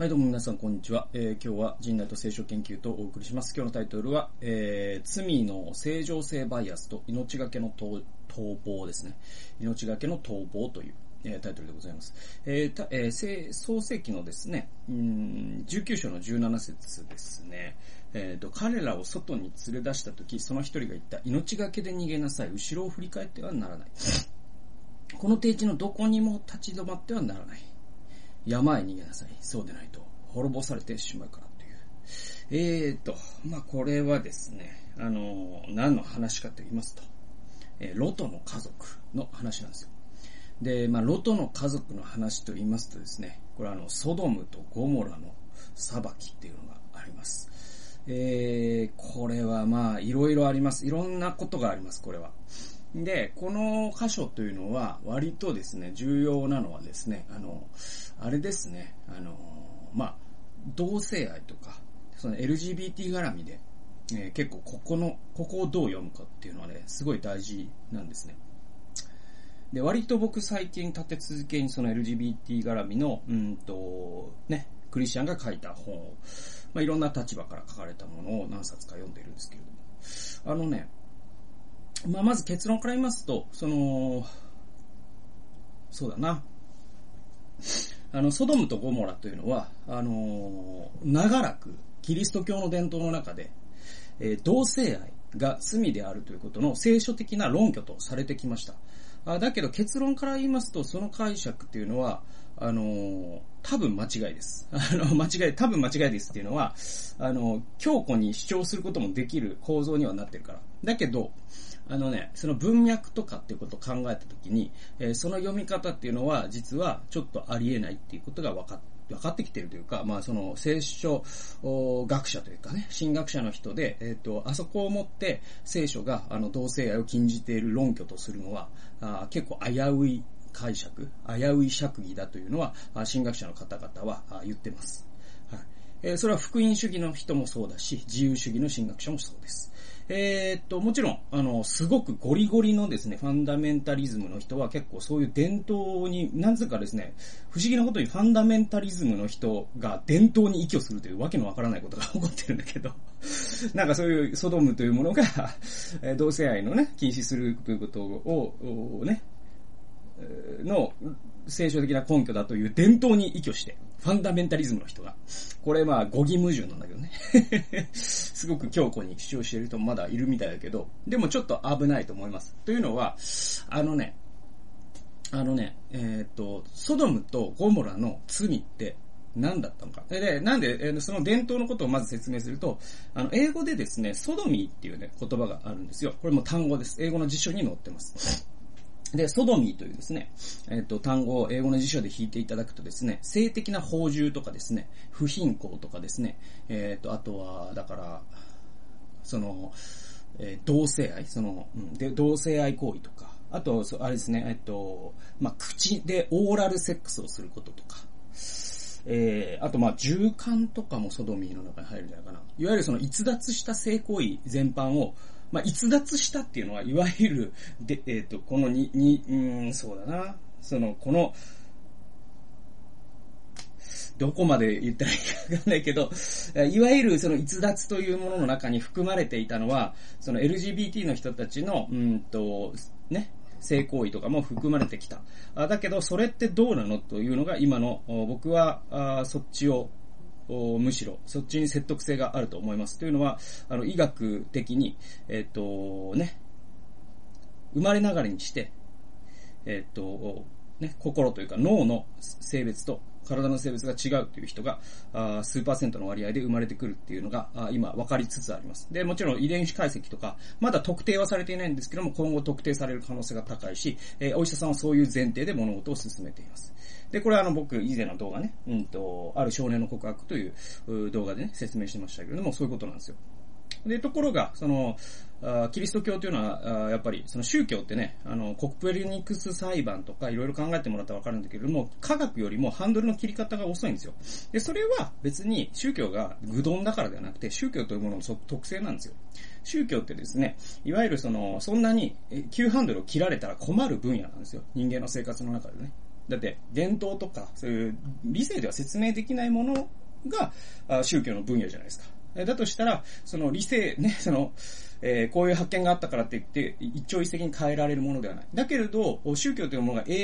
はい、どうも皆さんこんにちは。今日は人類と聖書研究とお送りします。今日のタイトルは、罪の正常性バイアスと命がけの逃亡ですね。命がけの逃亡という、タイトルでございます。創世記のですね、19章の17節ですね。彼らを外に連れ出したとき、その一人が言った、命がけで逃げなさい。後ろを振り返ってはならない。この低地のどこにも立ち止まってはならない。山へ逃げなさい。そうでないと滅ぼされてしまうからという。これはですね、何の話かと言いますと、ロトの家族の話なんですよ。で、ロトの家族の話と言いますとですね、これはソドムとゴモラの裁きっていうのがあります。これはいろいろあります。いろんなことがあります、これは。で、この箇所というのは割とですね、重要なのはですね、あれですね、同性愛とか、その LGBT 絡みで、結構ここをどう読むかっていうのはね、すごい大事なんですね。で、割と僕最近立て続けにその LGBT 絡みの、クリスチャンが書いた本を、いろんな立場から書かれたものを何冊か読んでいるんですけれども、まず結論から言いますと、そうだな。ソドムとゴモラというのは、長らくキリスト教の伝統の中で、同性愛が罪であるということの聖書的な論拠とされてきました。だけど結論から言いますと、その解釈というのは、多分間違いです。多分間違いですっていうのは、強固に主張することもできる構造にはなってるから。だけど、その文脈とかっていうことを考えたときに、その読み方っていうのは、実はちょっとありえないっていうことが分かってきてるというか、その聖書学者というかね、神学者の人で、あそこをもって聖書が同性愛を禁じている論拠とするのは、結構危うい解釈、危うい釈義だというのは、神学者の方々は言ってます。はい。それは福音主義の人もそうだし、自由主義の神学者もそうです。もちろん、すごくゴリゴリのですね、ファンダメンタリズムの人は結構そういう伝統に、なぜかですね、不思議なことにファンダメンタリズムの人が伝統に依拠するというわけのわからないことが起こってるんだけど、そういうソドムというものが、同性愛のね、禁止するということを、の聖書的な根拠だという伝統に依拠して、ファンダメンタリズムの人が。これ語義矛盾なんだけどね。すごく強固に主張している人もまだいるみたいだけど、でもちょっと危ないと思います。というのは、ソドムとゴモラの罪って何だったのか。で、なんで、その伝統のことをまず説明すると、英語でですね、ソドミーっていうね、言葉があるんですよ。これも単語です。英語の辞書に載ってます。で、ソドミーというですね、単語を英語の辞書で引いていただくとですね、性的な放縦とかですね、不貧困とかですね、あとは、だから、同性愛、同性愛行為とか、あと、あれですね、口でオーラルセックスをすることとか、あと従姦とかもソドミーの中に入るんじゃないかな。いわゆる逸脱した性行為全般を、逸脱したっていうのは、いわゆる、で、このそうだな。どこまで言ったらいいかわかんないけど、いわゆる逸脱というものの中に含まれていたのは、LGBT の人たちの、性行為とかも含まれてきた。だけど、それってどうなのというのが今の、僕は、そっちを、むしろ、そっちに説得性があると思います。というのは、医学的に、生まれながらにして、心というか脳の性別と体の性別が違うという人が、数%の割合で生まれてくるっていうのが、今分かりつつあります。で、もちろん遺伝子解析とか、まだ特定はされていないんですけども、今後特定される可能性が高いし、お医者さんはそういう前提で物事を進めています。で、これは僕以前の動画ね、ある少年の告白という動画でね、説明してましたけれども、そういうことなんですよ。で、ところが、キリスト教というのは、やっぱり、宗教ってね、コプエルニクス裁判とかいろいろ考えてもらったらわかるんだけれども、科学よりもハンドルの切り方が遅いんですよ。で、それは別に宗教が愚鈍だからではなくて、宗教というものの特性なんですよ。宗教ってですね、いわゆるそんなに急ハンドルを切られたら困る分野なんですよ。人間の生活の中でね。 だって、伝統とか、そういう理性では説明できないものが宗教の分野じゃないですか。だとしたら、その理性、ね、こういう発見があったからって言って、一朝一夕に変えられるものではない。だけれど、宗教というものが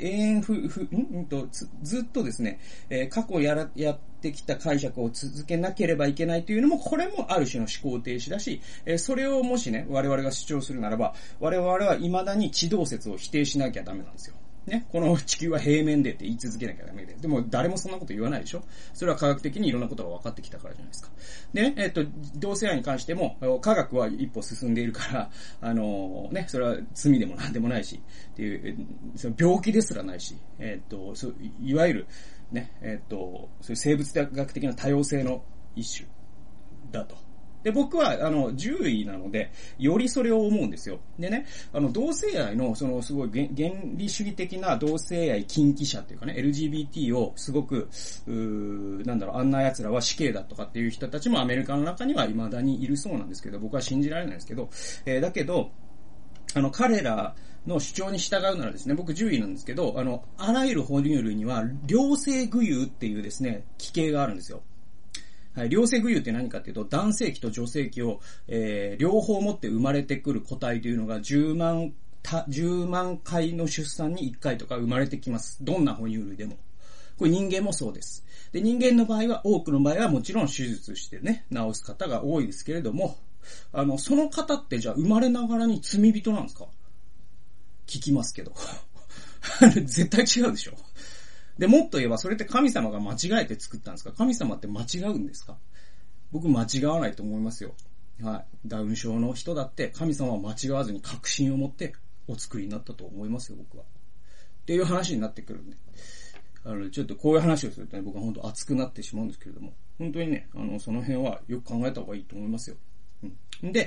ずっとですね、過去やってきた解釈を続けなければいけないというのも、これもある種の思考停止だし、それをもしね、我々が主張するならば、我々は未だに地動説を否定しなきゃダメなんですよ。ね、この地球は平面でって言い続けなきゃダメで。でも誰もそんなこと言わないでしょ。それは科学的にいろんなことが分かってきたからじゃないですか。で、同性愛に関しても、科学は一歩進んでいるから、ね、それは罪でもなんでもないし、っていう、その病気ですらないし、いわゆる、ね、そういう生物学的な多様性の一種だと。で、僕は、獣医なので、よりそれを思うんですよ。でね、同性愛の、すごい原理主義的な同性愛禁忌者っていうかね、LGBT をすごく、あんな奴らは死刑だとかっていう人たちもアメリカの中には未だにいるそうなんですけど、僕は信じられないんですけど、だけど、彼らの主張に従うならですね、僕獣医なんですけど、あらゆる哺乳類には、両性具有っていうですね、奇形があるんですよ。はい、両性具有って何かっていうと、男性器と女性器を、両方持って生まれてくる個体というのが10万回の出産に1回とか生まれてきます。どんな哺乳類でも。これ人間もそうです。で、人間の場合は、多くの場合はもちろん手術してね、治す方が多いですけれども、その方ってじゃあ生まれながらに罪人なんですか？聞きますけど。絶対違うでしょ。で、もっと言えば、それって神様が間違えて作ったんですか？神様って間違うんですか？僕間違わないと思いますよ。はい。ダウン症の人だって神様は間違わずに確信を持ってお作りになったと思いますよ、僕は。っていう話になってくるんで。ちょっとこういう話をするとね、僕は本当熱くなってしまうんですけれども、本当にね、その辺はよく考えた方がいいと思いますよ。で、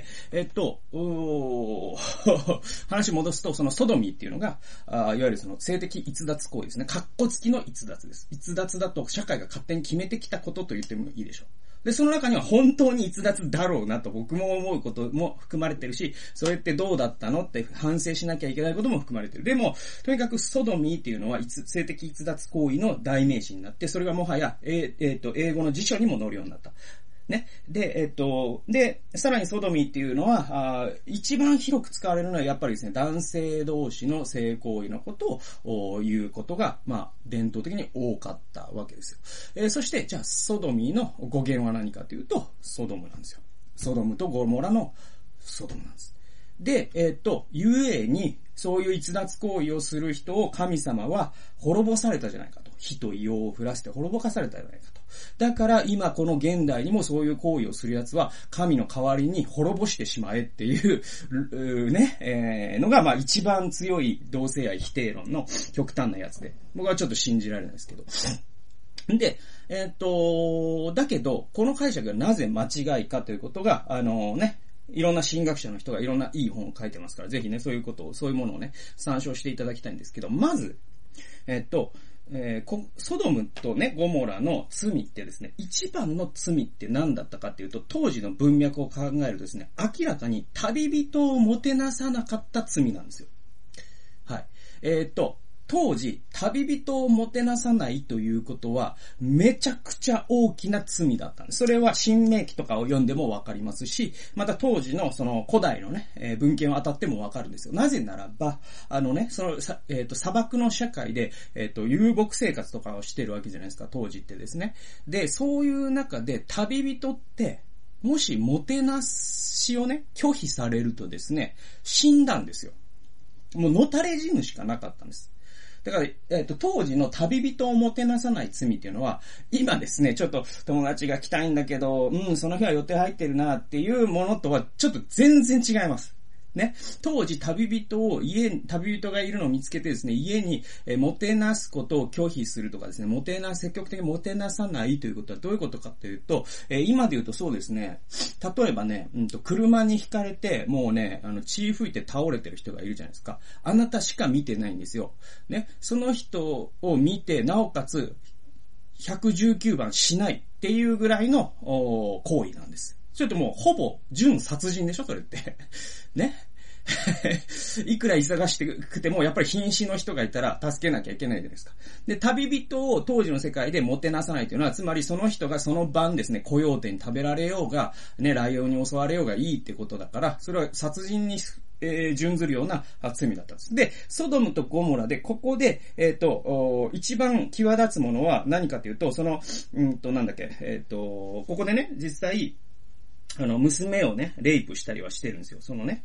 話戻すと、そのソドミーっていうのが、いわゆるその性的逸脱行為ですね。カッコ付きの逸脱です。逸脱だと社会が勝手に決めてきたことと言ってもいいでしょう。で、その中には本当に逸脱だろうなと僕も思うことも含まれてるし、それってどうだったのって反省しなきゃいけないことも含まれてる。でも、とにかくソドミーっていうのは性的逸脱行為の代名詞になって、それがもはや、英語の辞書にも載るようになった。ね。で、さらにソドミーっていうのは、一番広く使われるのはやっぱりですね、男性同士の性行為のことを言うことが、伝統的に多かったわけですよ。そして、じゃあ、ソドミーの語源は何かというと、ソドムなんですよ。ソドムとゴモラのソドムなんです。で、ゆえに、そういう逸脱行為をする人を神様は滅ぼされたじゃないかと。火と硫黄を降らせて滅ぼかされたじゃないかと。だから今この現代にもそういう行為をする奴は神の代わりに滅ぼしてしまえっていう、のが一番強い同性愛否定論の極端なやつで。僕はちょっと信じられないですけど。で、だけど、この解釈がなぜ間違いかということが、いろんな神学者の人がいろんないい本を書いてますから、ぜひね、そういうものをね、参照していただきたいんですけど、まず、ソドムとね、ゴモラの罪ってですね、一番の罪って何だったかっていうと、当時の文脈を考えるとですね、明らかに旅人をもてなさなかった罪なんですよ。はい。当時、旅人をもてなさないということは、めちゃくちゃ大きな罪だったんです。それは新明記とかを読んでもわかりますし、また当時のその古代のね、文献を当たってもわかるんですよ。なぜならば、砂漠の社会で、遊牧生活とかをしてるわけじゃないですか、当時ってですね。で、そういう中で旅人って、もしもてなしをね、拒否されるとですね、死んだんですよ。もうのたれ死ぬしかなかったんです。だから、当時の旅人をもてなさない罪っていうのは、今ですね、ちょっと友達が来たいんだけど、その日は予定入ってるなっていうものとは、ちょっと全然違います。ね。当時旅人がいるのを見つけてですね、家にもてなすことを拒否するとかですね、積極的にもてなさないということはどういうことかというと、今で言うとそうですね、例えばね、車にひかれて、もうね、血吹いて倒れてる人がいるじゃないですか。あなたしか見てないんですよ。ね。その人を見て、なおかつ、119番しないっていうぐらいの行為なんです。ちょっともうほぼ純殺人でしょそれって。ね。 いくら忙しくても、やっぱり瀕死の人がいたら助けなきゃいけないじゃないですか。で、旅人を当時の世界でもてなさないというのは、つまりその人がその晩ですね、コヨーテに食べられようが、ね、ライオンに襲われようがいいってことだから、それは殺人に準ずるような罪だったんです。で、ソドムとゴモラで、ここで、一番際立つものは何かというと、その、なんだっけ、ここでね、実際、娘をね、レイプしたりはしてるんですよ。そのね、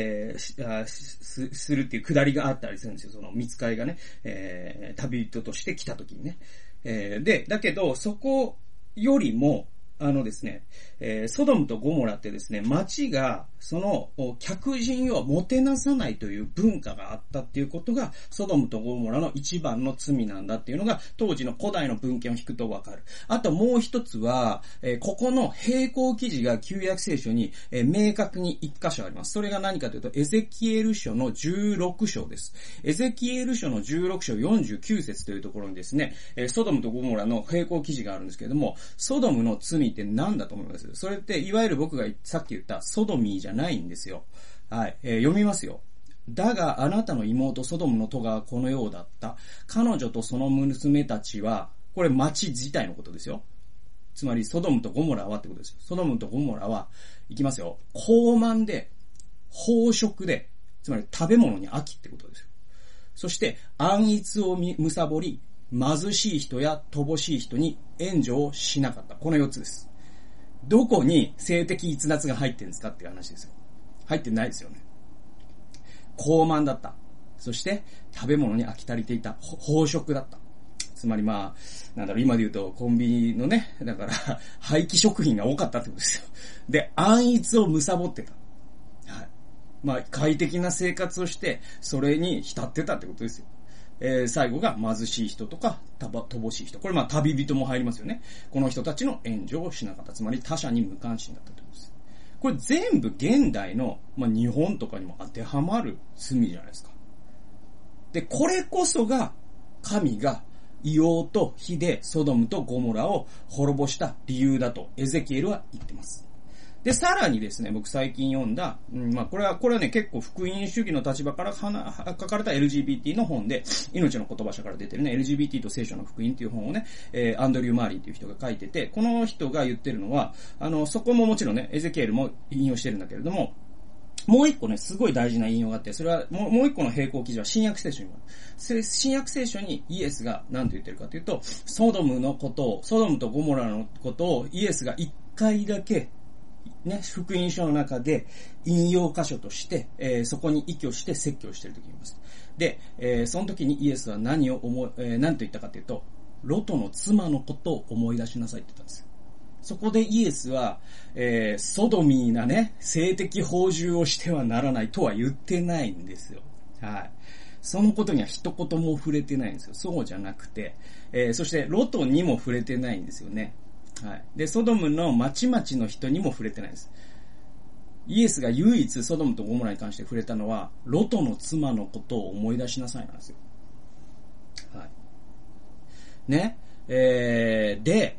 するっていうくだりがあったりするんですよ。その見つかりがね、旅人として来た時にね。で、だけど、そこよりも、ですね、ソドムとゴモラってですね、町が、その、客人をもてなさないという文化があったっていうことが、ソドムとゴモラの一番の罪なんだっていうのが、当時の古代の文献を引くとわかる。あともう一つは、ここの並行記事が旧約聖書に、明確に一箇所あります。それが何かというと、エゼキエル書の16章です。エゼキエル書の16章49節というところにですね、ソドムとゴモラの並行記事があるんですけれども、ソドムの罪って何だと思います？それって、いわゆる僕がさっき言ったソドミーじゃないんですよ。はい。読みますよ。だがあなたの妹ソドムの咎はこのようだった。彼女とその娘たちは、これ町自体のことですよ。つまりソドムとゴモラはってことですよ。ソドムとゴモラは、いきますよ。高慢で、飽食で、つまり食べ物に飽きってことですよ。そして、安逸を貪り、貧しい人や乏しい人に援助をしなかった。この4つです。どこに性的逸脱が入ってるんですかっていう話ですよ。入ってないですよね。高慢だった。そして食べ物に飽き足りていた。飽食だった。つまりまあ、今で言うとコンビニのね、だから廃棄食品が多かったってことですよ。で、安逸を貪ってた。はい。まあ、快適な生活をして、それに浸ってたってことですよ。最後が貧しい人とか乏しい人。これまあ旅人も入りますよね。この人たちの援助をしなかった。つまり他者に無関心だったということです。これ全部現代の、日本とかにも当てはまる罪じゃないですか。で、これこそが神が硫黄と火でソドムとゴモラを滅ぼした理由だとエゼキエルは言ってます。で、さらにですね、僕最近読んだ、これはね、結構福音主義の立場から書かれた LGBT の本で、命の言葉社から出てるね、LGBT と聖書の福音っていう本をね、アンドリュー・マーリーっていう人が書いてて、この人が言ってるのは、そこももちろんね、エゼキエルも引用してるんだけれども、もう一個ね、すごい大事な引用があって、それはもう一個の並行記事は新約聖書にもある。新約聖書にイエスが何と言ってるかというと、ソドムとゴモラのことをイエスが一回だけね、福音書の中で引用箇所として、そこに依拠して説教しているときに言います。で、その時にイエスは何と言ったかというと、ロトの妻のことを思い出しなさいって言ったんですよ。そこでイエスは、ソドミーなね、性的放縦をしてはならないとは言ってないんですよ。はい。そのことには一言も触れてないんですよ。そうじゃなくて、そしてロトにも触れてないんですよね。はい。で、ソドムの町々の人にも触れてないです。イエスが唯一ソドムとゴモラに関して触れたのは、ロトの妻のことを思い出しなさいなんですよ。はい。ね。で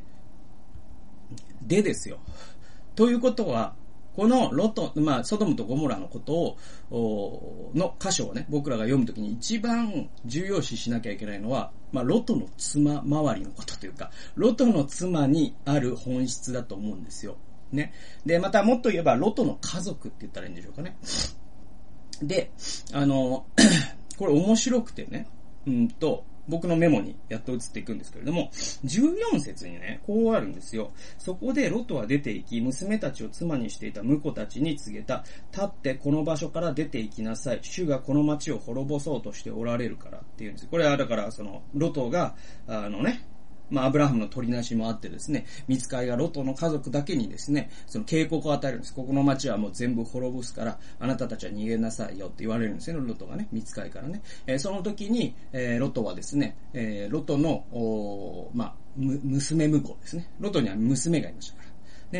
ですよ。ということは、このソドムとゴモラのことを、の箇所をね、僕らが読むときに一番重要視しなきゃいけないのは、ロトの妻周りのことというか、ロトの妻にある本質だと思うんですよ。ね。で、またもっと言えば、ロトの家族って言ったらいいんでしょうかね。で、これ面白くてね、僕のメモにやっと移っていくんですけれども、14節にね、こうあるんですよ。そこでロトは出て行き、娘たちを妻にしていた婿たちに告げた。立ってこの場所から出て行きなさい。主がこの町を滅ぼそうとしておられるからっていうんです。これはだから、ロトが、アブラハムの取りなしもあってですね、見つかりがロトの家族だけにですね、その警告を与えるんです。ここの町はもう全部滅ぼすから、あなたたちは逃げなさいよって言われるんですよね、ロトがね、見つかりからね。その時に、ロトはですね、ロトの、娘婿ですね。ロトには娘がいましたから。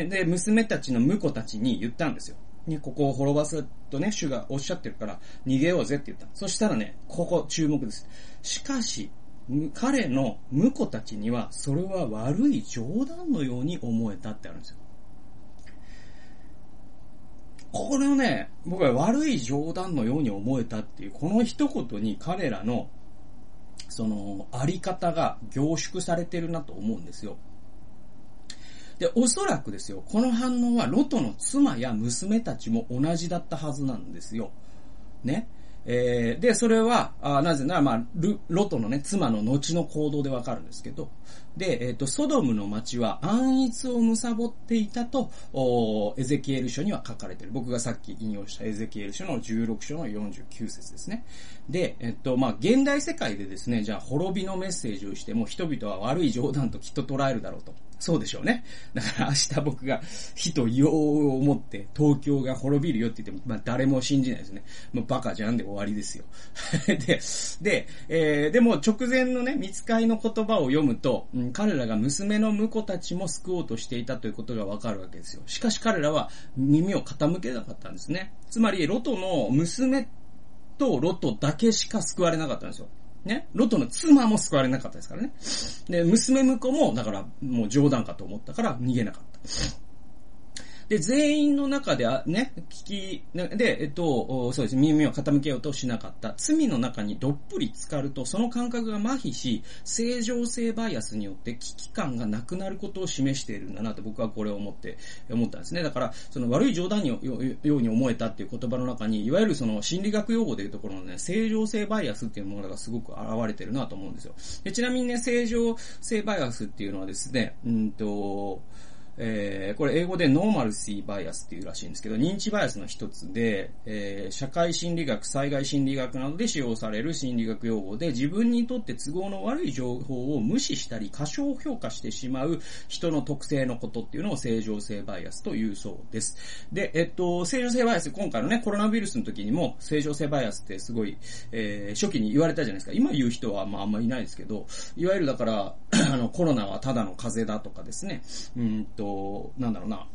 で、娘たちの婿たちに言ったんですよ。ね、ここを滅ぼすとね、主がおっしゃってるから、逃げようぜって言った。そしたらね、ここ注目です。しかし、彼の婿たちにはそれは悪い冗談のように思えたってあるんですよ。 これをね、僕は悪い冗談のように思えたっていう、この一言に彼らの、その、あり方が凝縮されてるなと思うんですよ。で、おそらくですよ、この反応はロトの妻や娘たちも同じだったはずなんですよ。ね。で、それは、なぜなら、まあ、ロトのね、妻の後の行動でわかるんですけど、で、ソドムの町は暗逸を貪っていたと、エゼキエル書には書かれている。僕がさっき引用したエゼキエル書の16章の49節ですね。で、まあ、現代世界でですね、じゃあ滅びのメッセージをしても人々は悪い冗談ときっと捉えるだろうと。そうでしょうね。だから明日僕が火と硫黄を持って東京が滅びるよって言っても、まあ誰も信じないですね。もうバカじゃんで終わりですよ。でも直前のね、見つかりの言葉を読むと、彼らが娘の婿たちも救おうとしていたということがわかるわけですよ。しかし彼らは耳を傾けなかったんですね。つまりロトの娘とロトだけしか救われなかったんですよ。ね。ロトの妻も救われなかったですからね。で、娘婿も、だからもう冗談かと思ったから逃げなかった。で、全員の中で、ね、そうです。耳を傾けようとしなかった。罪の中にどっぷり浸かると、その感覚が麻痺し、正常性バイアスによって危機感がなくなることを示しているんだなと僕はこれを思ったんですね。だから、その悪い冗談ように思えたっていう言葉の中に、いわゆるその心理学用語でいうところのね、正常性バイアスっていうものがすごく現れてるなと思うんですよ。で、ちなみにね、正常性バイアスっていうのはですね、これ英語でノーマルシーバイアスっていうらしいんですけど、認知バイアスの一つで、社会心理学、災害心理学などで使用される心理学用語で、自分にとって都合の悪い情報を無視したり過小評価してしまう人の特性のことっていうのを正常性バイアスというそうです。で、正常性バイアス、今回のね、コロナウイルスの時にも正常性バイアスってすごい、初期に言われたじゃないですか。今言う人はあんまいないですけど、いわゆるだから、コロナはただの風邪だとかですね、なんだろうな。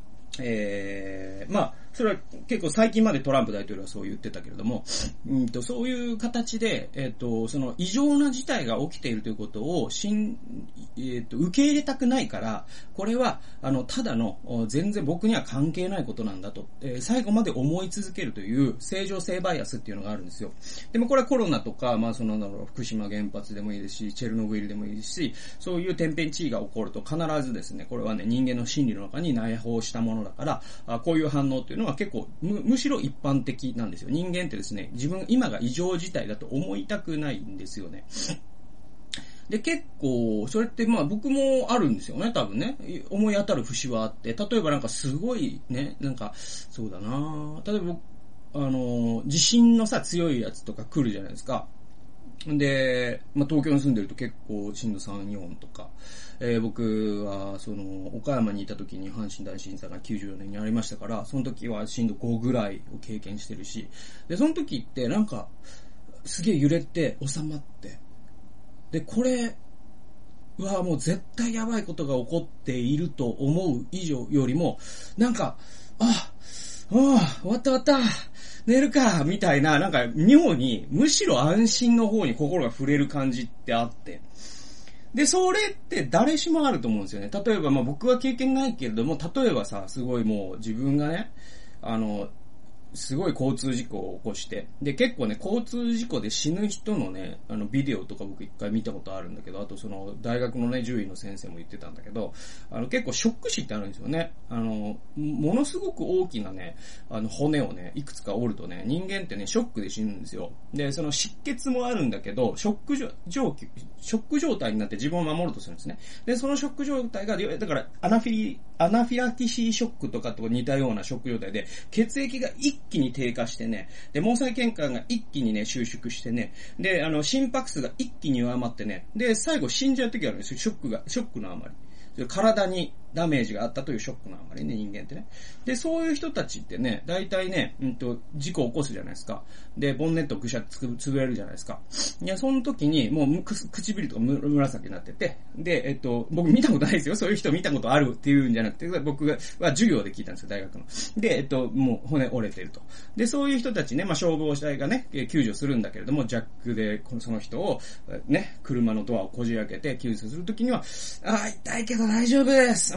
まあ、それは結構最近までトランプ大統領はそう言ってたけれども、そういう形で、その異常な事態が起きているということを受け入れたくないから、これは、ただの、全然僕には関係ないことなんだと、最後まで思い続けるという正常性バイアスっていうのがあるんですよ。でもこれはコロナとか、まあ福島原発でもいいですし、チェルノブイリでもいいですし、そういう天変地異が起こると必ずですね、これはね、人間の心理の中に内包したものだから、こういう反応っていうのは結構むしろ一般的なんですよ。人間ってですね、今が異常事態だと思いたくないんですよね。で、結構、それってまあ僕もあるんですよね、多分ね。思い当たる節はあって、例えばなんかすごいね、なんか、そうだな例えば地震の強いやつとか来るじゃないですか。で、まあ、東京に住んでると結構震度3、4とか、僕は岡山にいた時に阪神大震災が94年にありましたから、その時は震度5ぐらいを経験してるし、で、その時ってなんか、すげえ揺れて収まって、で、これはもう絶対やばいことが起こっていると思う以上よりも、なんか、終わった寝るかみたいな、なんか妙にむしろ安心の方に心が触れる感じってあって、でそれって誰しもあると思うんですよね。例えばまあ僕は経験ないけれども、例えばすごいもう自分がねすごい交通事故を起こして、で、結構ね、交通事故で死ぬ人のね、ビデオとか僕一回見たことあるんだけど、あと大学のね、獣医の先生も言ってたんだけど、結構ショック死ってあるんですよね。ものすごく大きなね、骨をね、いくつか折るとね、人間ってね、ショックで死ぬんですよ。で、失血もあるんだけど、ショック状態になって自分を守ろうとするんですね。で、そのショック状態が、だから、アナフィラキシーショックとかと似たようなショック状態で、血液が一気に低下してね、で、毛細血管が一気にね、収縮してね、で、心拍数が一気に弱まってね、で、最後死んじゃう時があるんですよ、ショックのあまり。体にダメージがあったというショックのあまりね、人間ってね。で、そういう人たちってね、大体ね、事故を起こすじゃないですか。で、ボンネットぐしゃって潰れるじゃないですか。いや、その時に、もう唇とか紫になってて、で、僕見たことないですよ。そういう人見たことあるっていうんじゃなくて、僕は授業で聞いたんですよ、大学の。で、もう骨折れてると。で、そういう人たちね、まあ、消防隊がね、救助するんだけれども、ジャックで、その人を、ね、車のドアをこじ開けて救助するときには、痛いけど大丈夫です。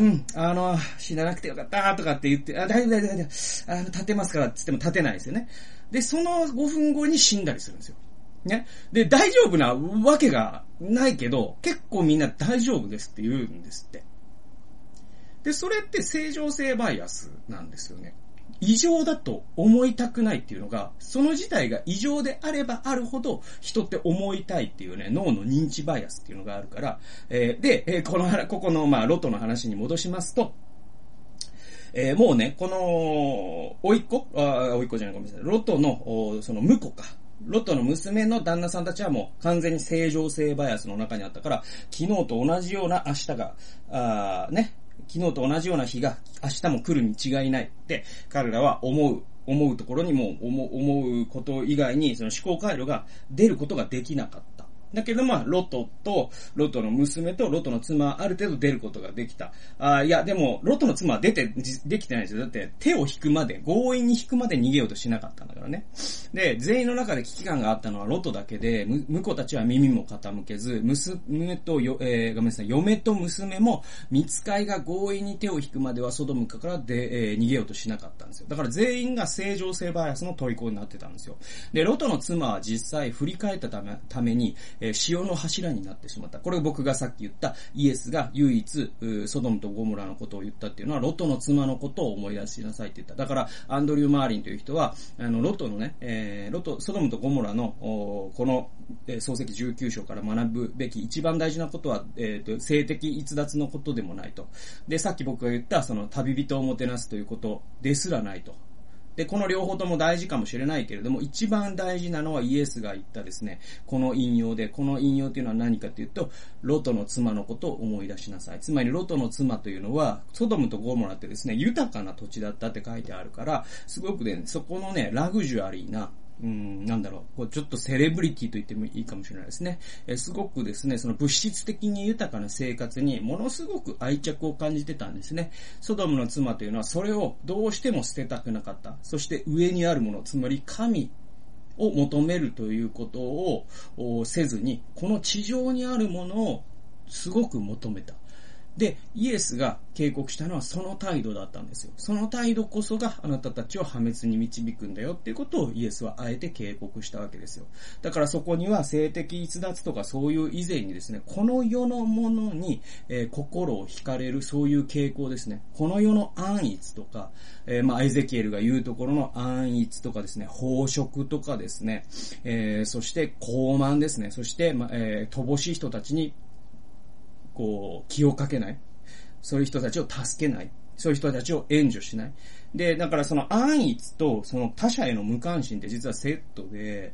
死ななくてよかったとかって言って、大丈夫、立てますからって言っても立てないですよね。で、その5分後に死んだりするんですよ。ね。で、大丈夫なわけがないけど、結構みんな大丈夫ですって言うんですって。で、それって正常性バイアスなんですよね。異常だと思いたくないっていうのが、その自体が異常であればあるほど、人って思いたいっていうね、脳の認知バイアスっていうのがあるから、ここの、ロトの話に戻しますと、もうね、この、甥っ子じゃない、ごめんなさい。ロトの、その婿か。ロトの娘の旦那さんたちはもう完全に正常性バイアスの中にあったから、昨日と同じような明日が、昨日と同じような日が明日も来るに違いないって彼らは思うところにも思うこと以外にその思考回路が出ることができなかった。だけどロトの娘とロトの妻はある程度出ることができた。いや、でも、ロトの妻はできてないんですよ。だって、手を引くまで、強引に引くまで逃げようとしなかったんだからね。で、全員の中で危機感があったのはロトだけで、婿たちは耳も傾けず、嫁と娘も、見つかいが強引に手を引くまではソドムからで、逃げようとしなかったんですよ。だから全員が正常性バイアスの虜になってたんですよ。で、ロトの妻は実際振り返ったために、潮の柱になってしまった。これ僕がさっき言ったイエスが唯一ソドムとゴモラのことを言ったっていうのはロトの妻のことを思い出しなさいって言った。だからアンドリュー・マーリンという人はロトのね、ソドムとゴモラのこの創世記19章から学ぶべき一番大事なことは、性的逸脱のことでもないと。で、さっき僕が言ったその旅人をもてなすということですらないと。で、この両方とも大事かもしれないけれども、一番大事なのはイエスが言ったですね、この引用で、この引用というのは何かというと、ロトの妻のことを思い出しなさい。つまりロトの妻というのは、ソドムとゴモラってですね、豊かな土地だったって書いてあるから、すごくね、そこのね、ラグジュアリーな、こうちょっとセレブリティと言ってもいいかもしれないですね。すごくですね、その物質的に豊かな生活にものすごく愛着を感じてたんですね。ソドムの妻というのはそれをどうしても捨てたくなかった。そして上にあるもの、つまり神を求めるということをせずに、この地上にあるものをすごく求めた。で、イエスが警告したのはその態度だったんですよ。その態度こそがあなたたちを破滅に導くんだよっていうことをイエスはあえて警告したわけですよ。だからそこには性的逸脱とかそういう以前にですね、この世のものに、心を惹かれるそういう傾向ですね。この世の安逸とか、エゼキエルが言うところの安逸とかですね、飽食とかですね、そして傲慢ですね。そして、乏しい人たちに気をかけない。そういう人たちを助けない。そういう人たちを援助しない。で、だからその安逸とその他者への無関心って実はセットで、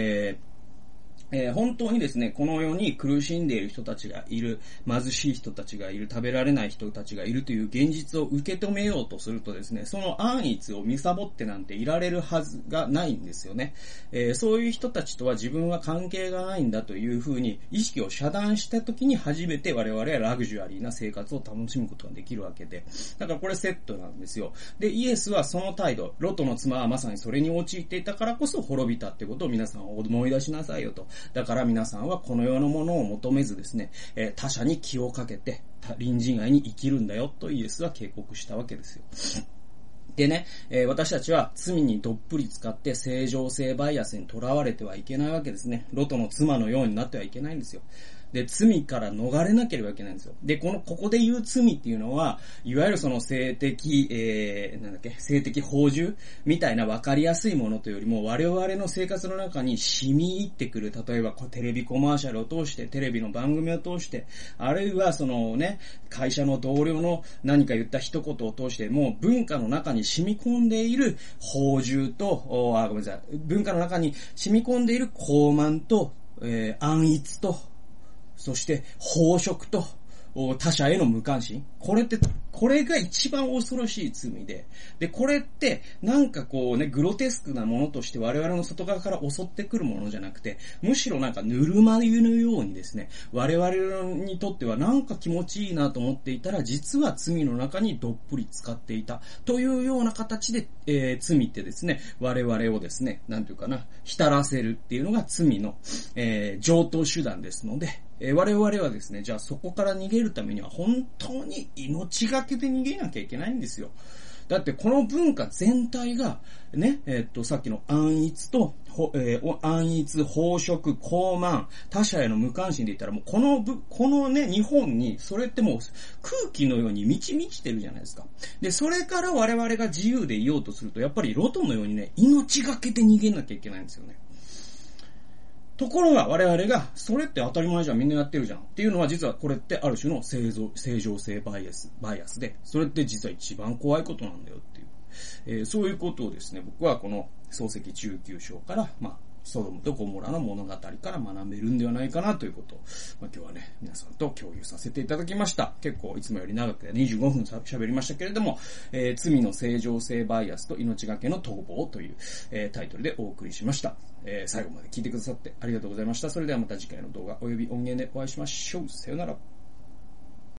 本当にですね、この世に苦しんでいる人たちがいる、貧しい人たちがいる、食べられない人たちがいるという現実を受け止めようとするとですね、その安逸を見サボってなんていられるはずがないんですよね。そういう人たちとは自分は関係がないんだというふうに意識を遮断した時に初めて我々はラグジュアリーな生活を楽しむことができるわけで、だからこれセットなんですよ。で、イエスはその態度、ロトの妻はまさにそれに陥っていたからこそ滅びたってことを皆さん思い出しなさいよと。だから皆さんはこの世のものを求めずですね、他者に気をかけて隣人愛に生きるんだよとイエスは警告したわけですよ。でね、私たちは罪にどっぷり使って正常性バイアスにとらわれてはいけないわけですね。ロトの妻のようになってはいけないんですよ。で、罪から逃れなければいけないんですよ。で、ここで言う罪っていうのは、いわゆるその性的放縦みたいな分かりやすいものというよりも、我々の生活の中に染み入ってくる、例えばテレビコマーシャルを通して、テレビの番組を通して、あるいはそのね、会社の同僚の何か言った一言を通して、もう文化の中に染み込んでいる放縦と、文化の中に染み込んでいる傲慢と、安逸と、そして飽食と他者への無関心。これが一番恐ろしい罪で。で、これってなんかグロテスクなものとして我々の外側から襲ってくるものじゃなくて、むしろなんかぬるま湯のようにですね、我々にとってはなんか気持ちいいなと思っていたら、実は罪の中にどっぷり使っていたというような形で、罪ってですね、我々をですね、浸らせるっていうのが罪の、常套手段ですので、 我々はですね、じゃあそこから逃げるためには本当に命がけで逃げなきゃいけないんですよ。だってこの文化全体が、ね、さっきの安逸と、安逸、飽食、傲慢、他者への無関心で言ったらもうこのね、日本に、それってもう空気のように満ち満ちてるじゃないですか。で、それから我々が自由でいようとすると、やっぱりロトのようにね、命がけで逃げなきゃいけないんですよね。ところが我々が、それって当たり前じゃん、みんなやってるじゃん。っていうのは実はこれってある種の正常性バイアスで、それって実は一番怖いことなんだよっていう。そういうことをですね、僕はこの漱石中級章から、ソドムとゴモラの物語から学べるんではないかなということを、今日はね、皆さんと共有させていただきました。結構いつもより長くて25分喋りましたけれども、罪の正常性バイアスと命がけの逃亡という、タイトルでお送りしました。最後まで聞いてくださってありがとうございました。それではまた次回の動画および音源でお会いしましょう。さよなら。